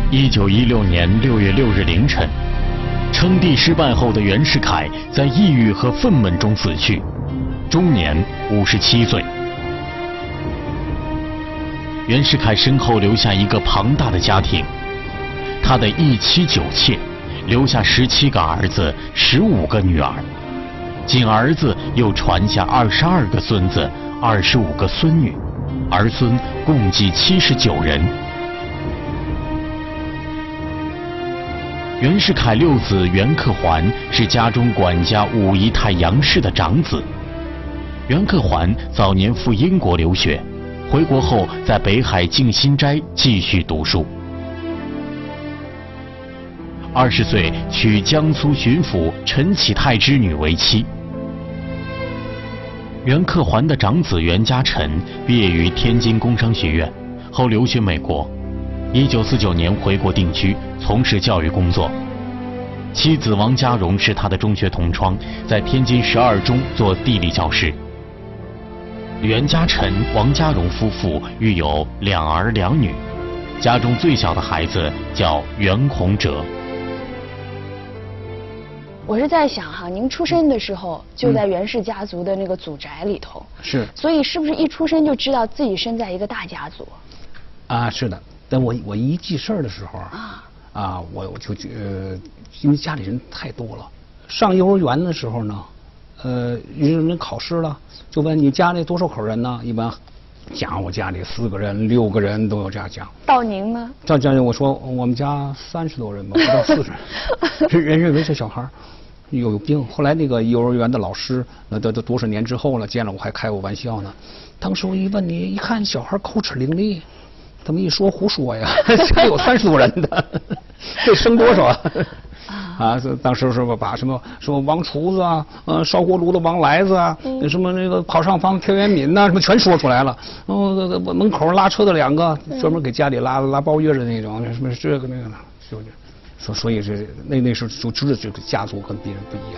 1916年6月6日凌晨，称帝失败后的袁世凯在抑郁和愤懑中死去，终年57岁。袁世凯身后留下一个庞大的家庭，他的一妻9妾，留下17个儿子，15个女儿，仅儿子又传下22个孙子，25个孙女，儿孙共计79人。袁世凯6子袁克环是家中管家武仪太杨氏的长子。袁克环早年赴英国留学，回国后在北海静心斋继续读书。20岁娶江苏巡抚陈启泰之女为妻。袁克环的长子袁家辰毕业于天津工商学院，后留学美国，1949年回国定居，从事教育工作。妻子王家荣是他的中学同窗，在天津12中做地理教师。袁家辰、王家荣夫妇育有2儿2女，家中最小的孩子叫袁弘哲。 我是在想哈，您出生的时候就在袁氏家族的那个祖宅里头， 是， 所以是不是一出生就知道自己生在一个大家族？ 啊，是的。但我一记事儿的时候我就因为家里人太多了，上幼儿园的时候呢，人考试了，就问你家里多少口人呢？一般讲我家里4个人、6个人都有这样讲。 到您呢？ 到家里我说我们家30多人吧，不到40。人认为这小孩有病。后来那个幼儿园的老师，那都多少年之后了，见了我还开我玩笑呢。当时我一问你，一看小孩口齿伶俐，他们一说胡说呀，家有30多人的，这生多少啊？当时是把什么王厨子啊，烧锅炉的王来子啊，什么那个跑上房田元敏呐，什么全说出来了。门口拉车的2个，专门给家里拉包月的那种，什么这个那个的，所以是那时候就知道这个家族跟别人不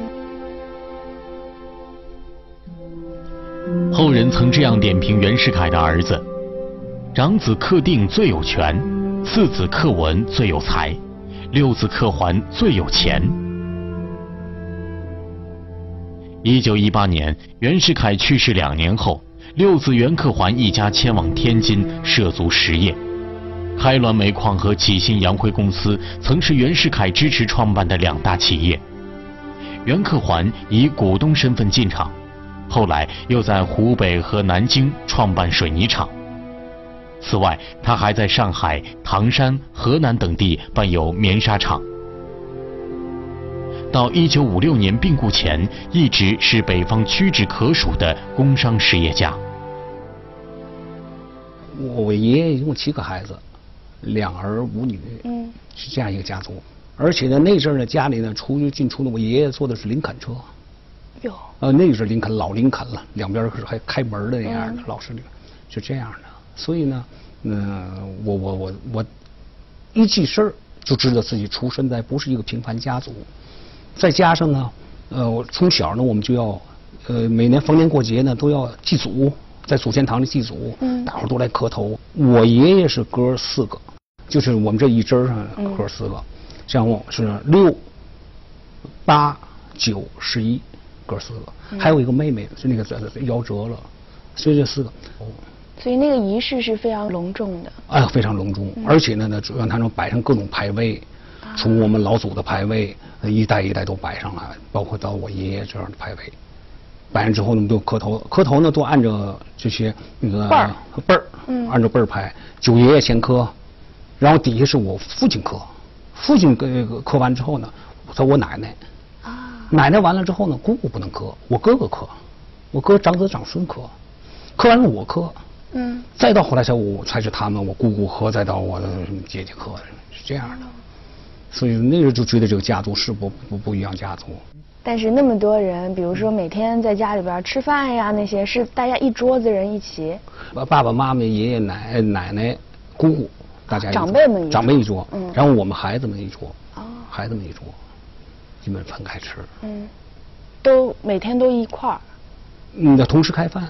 一样。后人曾这样点评袁世凯的儿子：长子克定最有权，4子克文最有才，6子克环最有钱。1918年，袁世凯去世2年后，6子袁克环一家迁往天津，涉足实业。开滦煤矿和启新洋灰公司曾是袁世凯支持创办的2大企业。袁克环以股东身份进场，后来又在湖北和南京创办水泥厂。此外，他还在上海、唐山、河南等地办有棉纱厂。到1956年病故前，一直是北方屈指可数的工商实业家。 我爷爷一共7个孩子，2儿5女，是这样一个家族。而且呢，那阵儿呢，家里呢出入进出呢，我爷爷坐的是林肯车。 哟。 那个是林肯，老林肯了，2边是还开门的那样的，老式的，是这样的。所以呢，我一记事儿就知道自己出身在不是一个平凡家族。再加上呢，我从小呢，我们就要每年逢年过节呢都要祭祖，在祖先堂里祭祖，大伙儿都来磕头。我爷爷是哥4个，就是我们这一支上哥4个，这样是6、8、9、11哥4个，还有一个妹妹是那个夭折了，所以这4个。 所以那个仪式是非常隆重的。 哎，非常隆重，而且呢，让他们摆上各种牌位，从我们老祖的牌位一代一代都摆上来，包括到我爷爷这样的牌位。摆上之后呢，都磕头，磕头呢都按照这些那个辈儿，按照辈儿排，9爷爷先磕，然后底下是我父亲磕，父亲磕完之后呢，到我奶奶，奶奶完了之后呢，姑姑不能磕，我哥哥磕，我哥长子长孙磕，磕完了我磕。再到后来才是他们，我姑姑喝，再到我的姐姐喝，是这样的。所以那时候就觉得这个家族是不一样家族。 但是那么多人，比如说每天在家里边吃饭呀，那些是大家一桌子人一起。 爸爸妈妈、爷爷奶奶、姑姑，大家长辈一桌，然后我们孩子们一桌，孩子们一桌，基本分开吃。 都每天都一块儿。 同时开饭。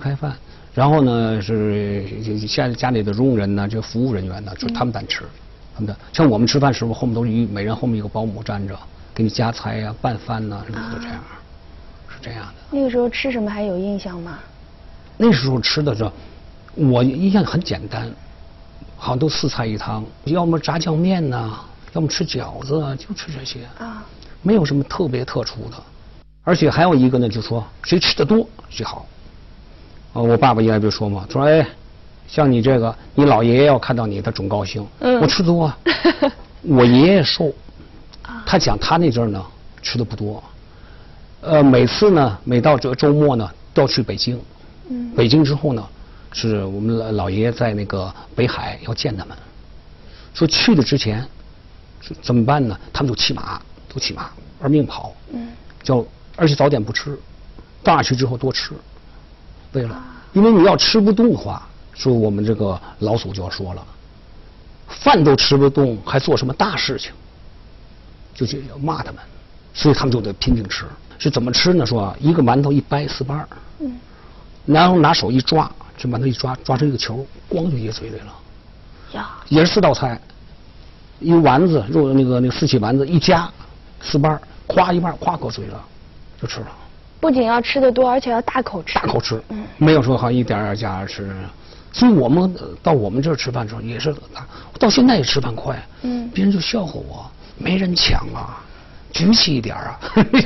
然后呢，是家里的佣人呢，这服务人员呢，就他们单吃， 他们的像我们吃饭时候，后面都是每人后面一个保姆站着，给你夹菜呀、拌饭呐，什么都这样，是这样的。 那个时候吃什么还有印象吗？ 那时候吃的这，我印象很简单，好像都4菜1汤，要么炸酱面呐，要么吃饺子，就吃这些啊，没有什么特别特殊的。而且还有一个呢，就说谁吃的多谁好。我爸爸原来就说嘛，说哎，像你这个，你老爷爷要看到你，他准高兴。我吃多啊，我爷爷瘦，他讲他那阵儿呢吃的不多，每次呢，每到这个周末呢，都要去北京。北京之后呢，是我们老爷爷在那个北海要见他们，说去的之前是怎么办呢？他们都骑马，玩命跑，而且早点不吃，到哪去之后多吃，为了，因为你要吃不动的话，说我们这个老祖就要说了，饭都吃不动，还做什么大事情？就要骂他们，所以他们就得拼命吃。是怎么吃呢？说一个馒头一掰4瓣，然后拿手一抓，这馒头一抓成一个球，咣就噎嘴里了。也是4道菜，一丸子肉那个四喜丸子一夹4瓣，咵一半咵搁嘴了，就吃了。 不仅要吃得多，而且要大口吃。 大口吃，没有说好一点点夹着吃。所以我们到我们这儿吃饭的时候也是，到现在也吃饭快。别人就笑话我，没人抢啊，举起一点啊。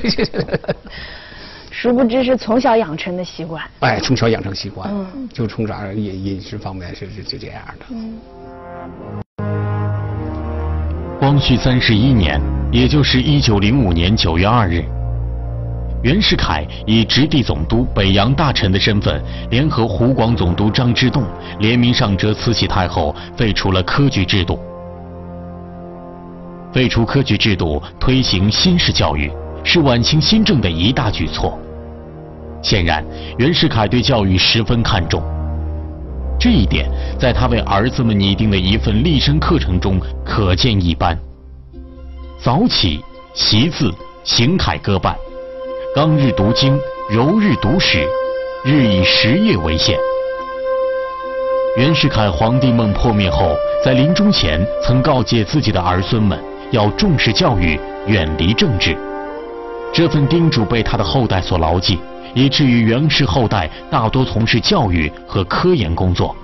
殊不知是从小养成的习惯。 哎，从小养成习惯，就从啥饮食方面是这样的。 光绪31年，也就是1905年9月2日，袁世凯以直隶总督、北洋大臣的身份，联合湖广总督张之洞，联名上折慈禧太后，废除了科举制度。废除科举制度，推行新式教育，是晚清新政的一大举措。显然，袁世凯对教育十分看重。这一点，在他为儿子们拟定的一份立身课程中可见一斑。早起习字、行楷各半，刚日读经，柔日读史，日以10夜为限。袁世凯皇帝梦破灭后，在临终前曾告诫自己的儿孙们要重视教育，远离政治。这份叮嘱被他的后代所牢记，以至于袁氏后代大多从事教育和科研工作。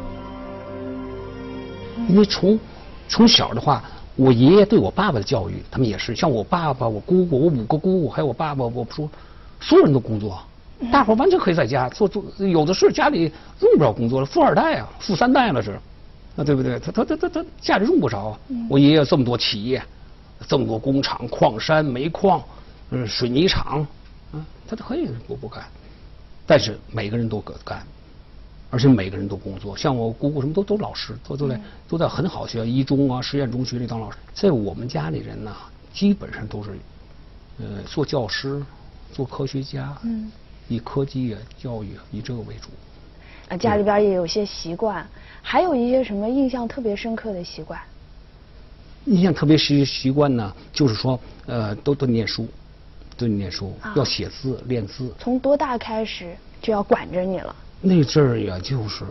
因为从小的话，我爷爷对我爸爸的教育，他们也是像我爸爸、我姑姑，我5个姑姑，还有我爸爸，我说所有人都工作，大伙完全可以在家做，有的是家里用不了工作了，富2代啊，富3代了是，对不对？他家里用不着。我爷爷这么多企业，这么多工厂、矿山、煤矿，水泥厂，他都可以不干，但是每个人都干，而且每个人都工作。像我姑姑什么都老师，都在很好学校，一中啊、实验中学里当老师。在我们家里人呢，基本上都是做教师、做科学家，以科技啊、教育以这个为主。 家里边也有些习惯，还有一些什么印象特别深刻的习惯？ 印象特别习惯呢，就是说都念书。对你念书，要写字练字。从多大开始就要管着你了？ 那阵儿也就是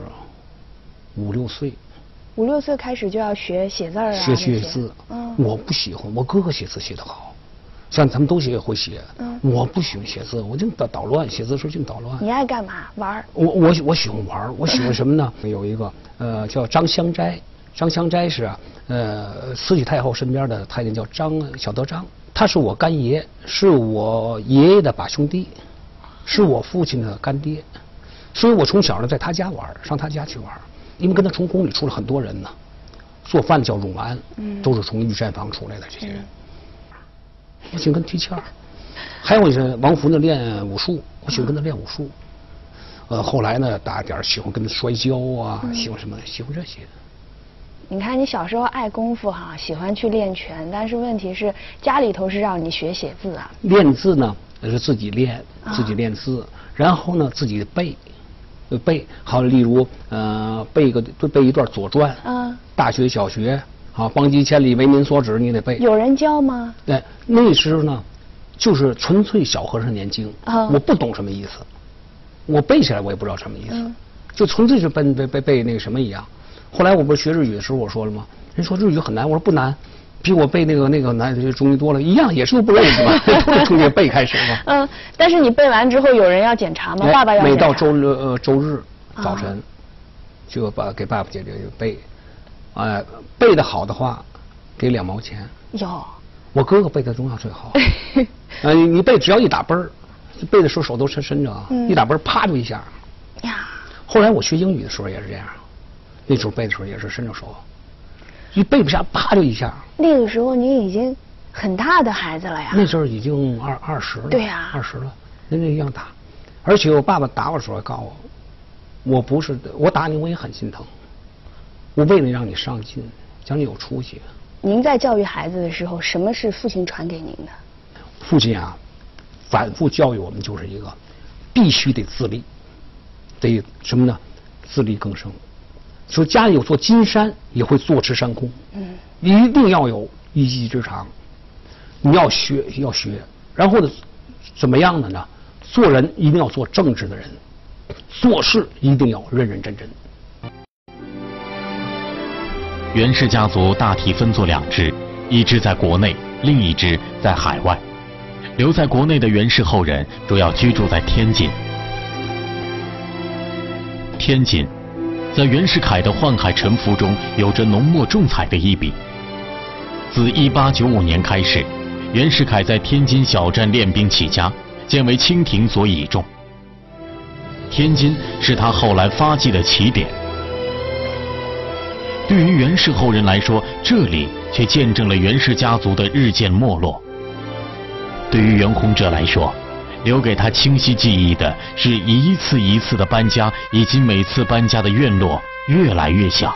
5、6岁。 5、6岁开始就要学写字啊？ 学字。我不喜欢，我哥哥写字写得好，像咱们都会写。我不喜欢写字，我就捣乱，写字时候净捣乱。 你爱干嘛？玩？ 我喜欢玩，我喜欢什么呢？有一个叫张香斋，张香斋是慈禧太后身边的太监，叫小德张。他是我干爷，是我爷爷的把兄弟，是我父亲的干爹，所以我从小呢在他家玩，上他家去玩，因为跟他从宫里出了很多人呢，做饭叫永安，都是从御膳房出来的这些人。我喜欢跟踢毽儿，还有是王福呢练武术，我喜欢跟他练武术。后来呢大点喜欢跟他摔跤啊，喜欢什么？喜欢这些。 你看，你小时候爱功夫哈，喜欢去练拳，但是问题是家里头是让你学写字啊。 练字呢是自己练，自己练字，然后呢自己背，好，例如背一段《左传》，大学、小学，好，邦畿千里为民所指，你得背。 有人教吗？ 对，那时候呢，就是纯粹小和尚念经，我不懂什么意思，我背起来我也不知道什么意思，就纯粹是背那个什么一样。 后来我不是学日语的时候我说了吗？人说日语很难，我说不难，比我背那个难容易多了，一样也是都不认识嘛，都是从这背开始嘛。 但是你背完之后有人要检查吗？爸爸要检查。 每到周日早晨，就给爸爸姐姐背，背得好的话，给2毛钱。 有。我哥哥背的中药最好。你背只要一打奔儿，背的时候手都伸着啊，一打奔儿啪就一下。呀。后来我学英语的时候也是这样，那时候背的时候也是伸着手，一背不下啪就一下。 那个时候你已经很大的孩子了呀。 那时候已经20了。 对呀。 20了，那一样大。而且我爸爸打我的时候还告诉我不是我打你我也很心疼，我为了让你上进，讲你有出息。 您在教育孩子的时候，什么是父亲传给您的？ 父亲啊，反复教育我们就是一个，必须得自立，得什么呢？自力更生。说家里有座金山，也会坐吃山空。一定要有一技之长，你要学，然后呢，怎么样的呢？做人一定要做正直的人，做事一定要认认真真。 袁氏家族大体分作2支，一支在国内，另一支在海外。留在国内的袁氏后人主要居住在天津。天津，在袁世凯的宦海沉浮中有着浓墨重彩的一笔。自1895年开始，袁世凯在天津小站练兵起家，渐为清廷所倚重。天津是他后来发迹的起点。对于袁氏后人来说，这里却见证了袁氏家族的日渐没落。对于袁弘哲来说，留给他清晰记忆的是一次一次的搬家，以及每次搬家的院落越来越小。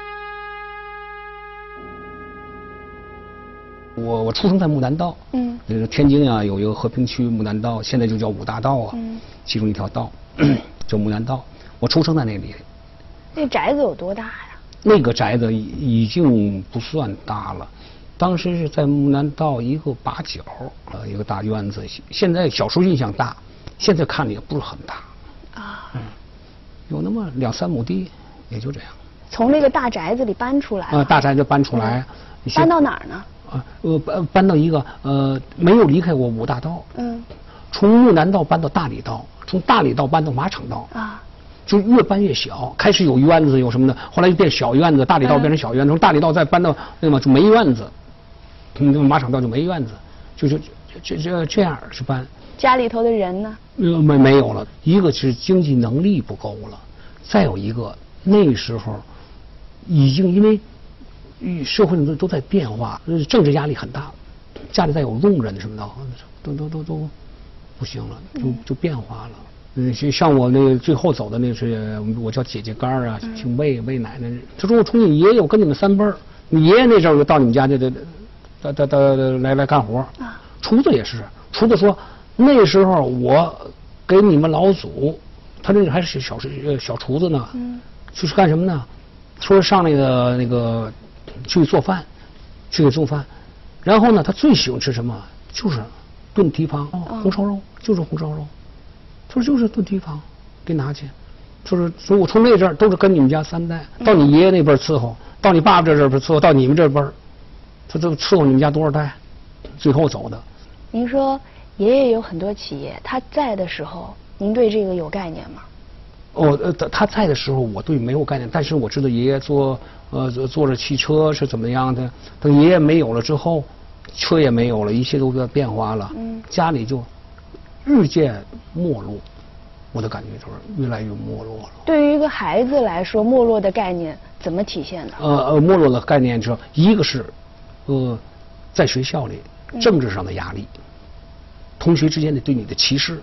我出生在木南道，天津啊有一个和平区木南道，现在就叫5大道啊，其中一条道叫木南道，我出生在那里。 那宅子有多大呀？ 那个宅子已经不算大了，当时是在木南道一个把角，一个大院子。现在小时候印象大，现在看着也不是很大。有那么2、3亩地，也就这样。 从那个大宅子里搬出来。 大宅子搬出来。 搬到哪儿呢？ 搬到一个没有离开过5大道。从木南道搬到大理道，从大理道搬到马场道。就越搬越小，开始有院子有什么的，后来就变小院子，大理道变成小院子，从大理道再搬到那么就没院子，那个马场道就没院子，就是这样是搬。 家里头的人呢？ 没有了，一个是经济能力不够了，再有一个那时候已经因为社会都在变化，政治压力很大，家里再有佣人什么的，都不行了，就变化了。像我那个最后走的那是我叫姐姐干儿啊，姓魏奶奶。他说我从你爷爷我跟你们3辈儿，你爷爷那阵儿就到你们家来干活。厨子也是，厨子说那时候我给你们老祖，他那个还是小厨子呢，就是干什么呢？说上那个去做饭，去给做饭，然后呢他最喜欢吃什么？就是炖蹄膀、红烧肉，就是红烧肉。他说就是炖蹄膀，给拿去。说我从那阵儿都是跟你们家3代，到你爷爷那辈儿伺候，到你爸爸这阵儿伺候，到你们这辈儿，他都伺候你们家多少代，最后走的。 您说爷爷有很多企业，他在的时候，您对这个有概念吗？ 他在的时候我对没有概念，但是我知道爷爷坐着汽车是怎么样的。等爷爷没有了之后，车也没有了，一切都在变化了，家里就日渐没落，我的感觉就是越来越没落了。 对于一个孩子来说，没落的概念怎么体现的？ 没落的概念是一个是，在学校里政治上的压力，同学之间的对你的歧视，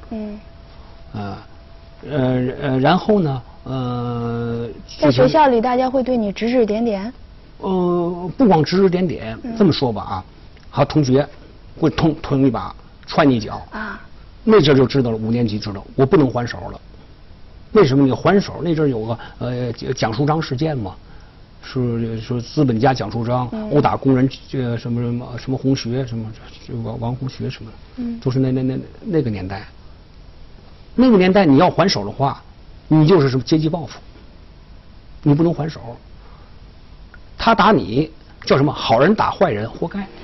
然后呢， 在学校里大家会对你指指点点。 不光指指点点，这么说吧啊，好，同学会捅一把，踹你一脚啊。那阵就知道了，5年级知道我不能还手了。为什么你还手？那阵有个蒋树章事件嘛，是说资本家蒋树章殴打工人，什么红学什么王红学什么，都是那个年代。那个年代你要还手的话，你就是什么阶级报复，你不能还手。 他打你叫什么？好人打坏人，活该。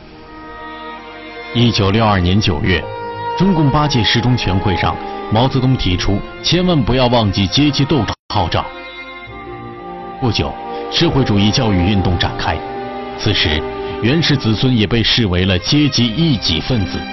1962年9月，中共8届十中全会上，毛泽东提出千万不要忘记阶级斗争号召。不久，社会主义教育运动展开，此时袁氏子孙也被视为了阶级异己分子。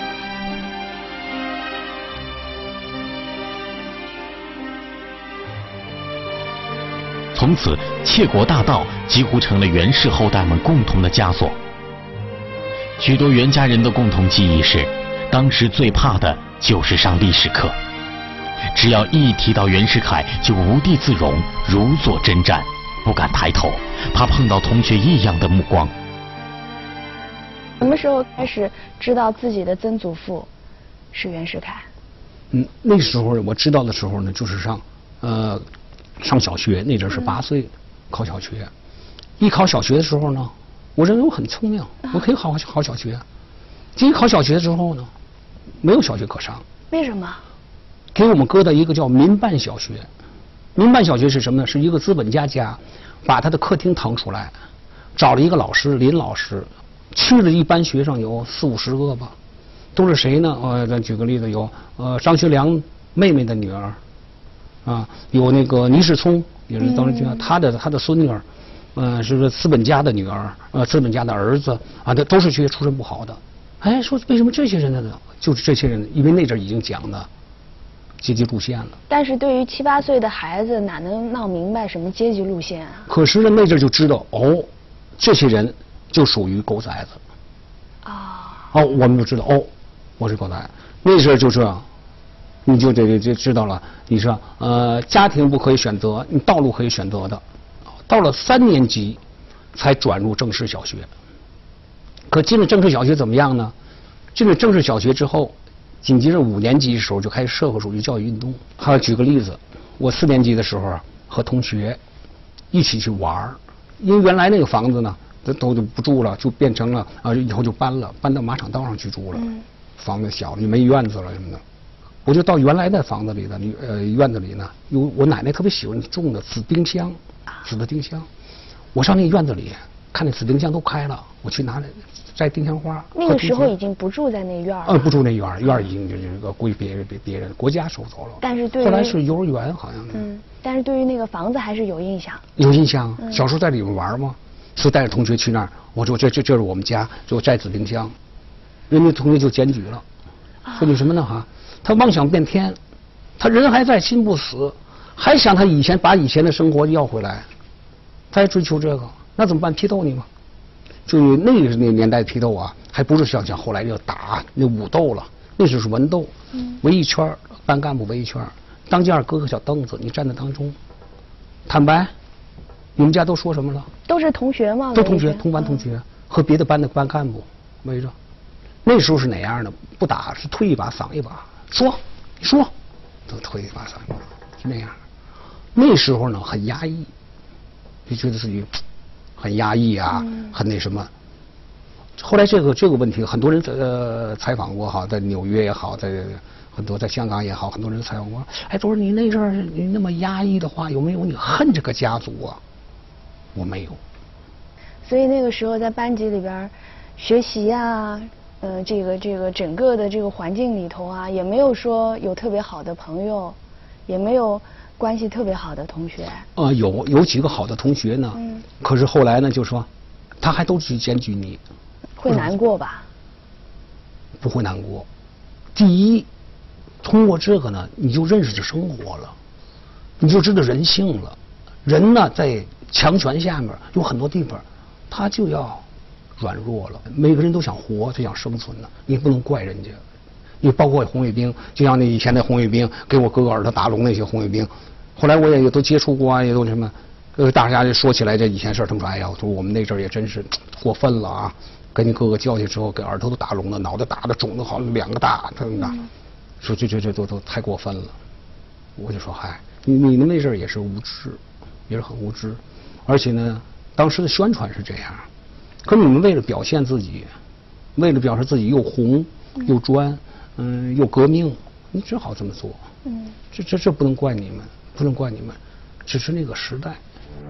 从此，窃国大盗几乎成了袁氏后代们共同的枷锁。许多袁家人的共同记忆是，当时最怕的就是上历史课，只要一提到袁世凯，就无地自容，如坐针毡，不敢抬头，怕碰到同学异样的目光。 什么时候开始知道自己的曾祖父是袁世凯？ 那时候我知道的时候呢，就是上小学那阵是8岁，考小学。一考小学的时候呢，我认为我很聪明，我可以考小学。一考小学之后呢，没有小学可上。 为什么？ 给我们搁到一个叫民办小学。民办小学是什么呢？是一个资本家把他的客厅腾出来，找了一个老师林老师，去了一班学生有40、50个吧，都是谁呢？咱举个例子，有张学良妹妹的女儿。有那个倪世聪，也是当时他的孙女儿，是资本家的女儿，资本家的儿子啊，都是学习出身不好的。哎，说为什么这些人呢？就是这些人，因为那阵已经讲的阶级路线了。但是对于7、8岁的孩子，哪能闹明白什么阶级路线啊？ 可是呢，那阵就知道这些人就属于狗崽子。我们就知道我是狗崽子。那时候就这样。你就得知道了，你说家庭不可以选择，你道路可以选择的。到了3年级才转入正式小学。可进了正式小学怎么样呢？进了正式小学之后，紧接着5年级的时候就开始社会主义教育运动。还有举个例子，我4年级的时候和同学一起去玩，因为原来那个房子呢都不住了，就变成了以后就搬到马场道上去住了。房子小了，就没院子了什么的。我就到原来的房子里的院子里呢，有我奶奶特别喜欢种的紫丁香，紫的丁香。我上那个院子里看那紫丁香都开了，我去拿来摘丁香花。 那个时候已经不住在那院了。 不住那院，院已经归别人国家收走了。 但是对于后来是幼儿园好像。 但是对于那个房子还是有印象。 有印象，小时候在里面玩嘛，就带着同学去那儿。我说这是我们家，就摘紫丁香，人家同学就检举了，说你什么呢他妄想变天，他人还在心不死，还想他把以前的生活要回来，他还追求这个，那怎么办？批斗你吗？就那个年代批斗还不是像后来要打那武斗了，那时候是文斗，围一圈，班干部围一圈，当间搁个小凳子，你站在当中，坦白，你们家都说什么了？ 都是同学吗？ 都同学，同班同学和别的班的班干部围着。那时候是哪样的？不打是推一把搡一把。你说，都推一把搡一把，是那样。那时候呢，很压抑，就觉得自己很压抑很那什么。后来这个问题，很多人采访过在纽约也好，在很多在香港也好，很多人采访过。都说你那阵儿你那么压抑的话，有没有你恨这个家族啊？我没有。 所以那个时候在班级里边学习这个整个的这个环境里头也没有说有特别好的朋友，也没有关系特别好的同学。 有几个好的同学呢，可是后来呢，就说他还都去检举你， 会难过吧？ 不会难过。第一，通过这个呢，你就认识着生活了，你就知道人性了。人呢，在强权下面有很多地方，他就要软弱了。每个人都想活，都想生存呢，你不能怪人家。你包括红卫兵，就像那以前的红卫兵给我哥哥耳朵打聋那些红卫兵，后来我也都接触过也都什么，大家说起来这以前事儿，他们说哎呀，说我们那阵儿也真是过分了跟你哥哥交去之后，给耳朵都打聋了，脑袋打的肿的好2个大，这么大，说这都太过分了。我就说嗨，你们那阵儿也是无知，也是很无知，而且呢，当时的宣传是这样。可你们为了表现自己，为了表示自己又红又专，又革命，你只好这么做。这不能怪你们，不能怪你们，只是那个时代。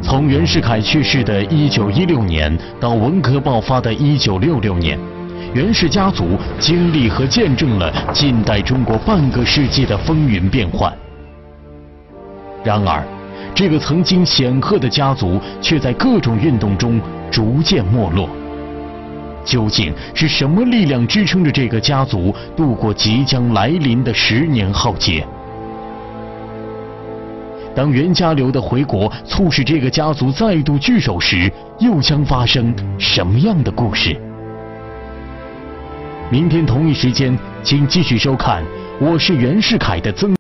从袁世凯去世的1916年到文革爆发的1966年，袁氏家族经历和见证了近代中国半个世纪的风云变幻。然而，这个曾经显赫的家族却在各种运动中逐渐没落。究竟是什么力量支撑着这个家族度过即将来临的10年浩劫？当袁家流的回国促使这个家族再度聚首时，又将发生什么样的故事？明天同一时间，请继续收看《我是袁世凯》的曾。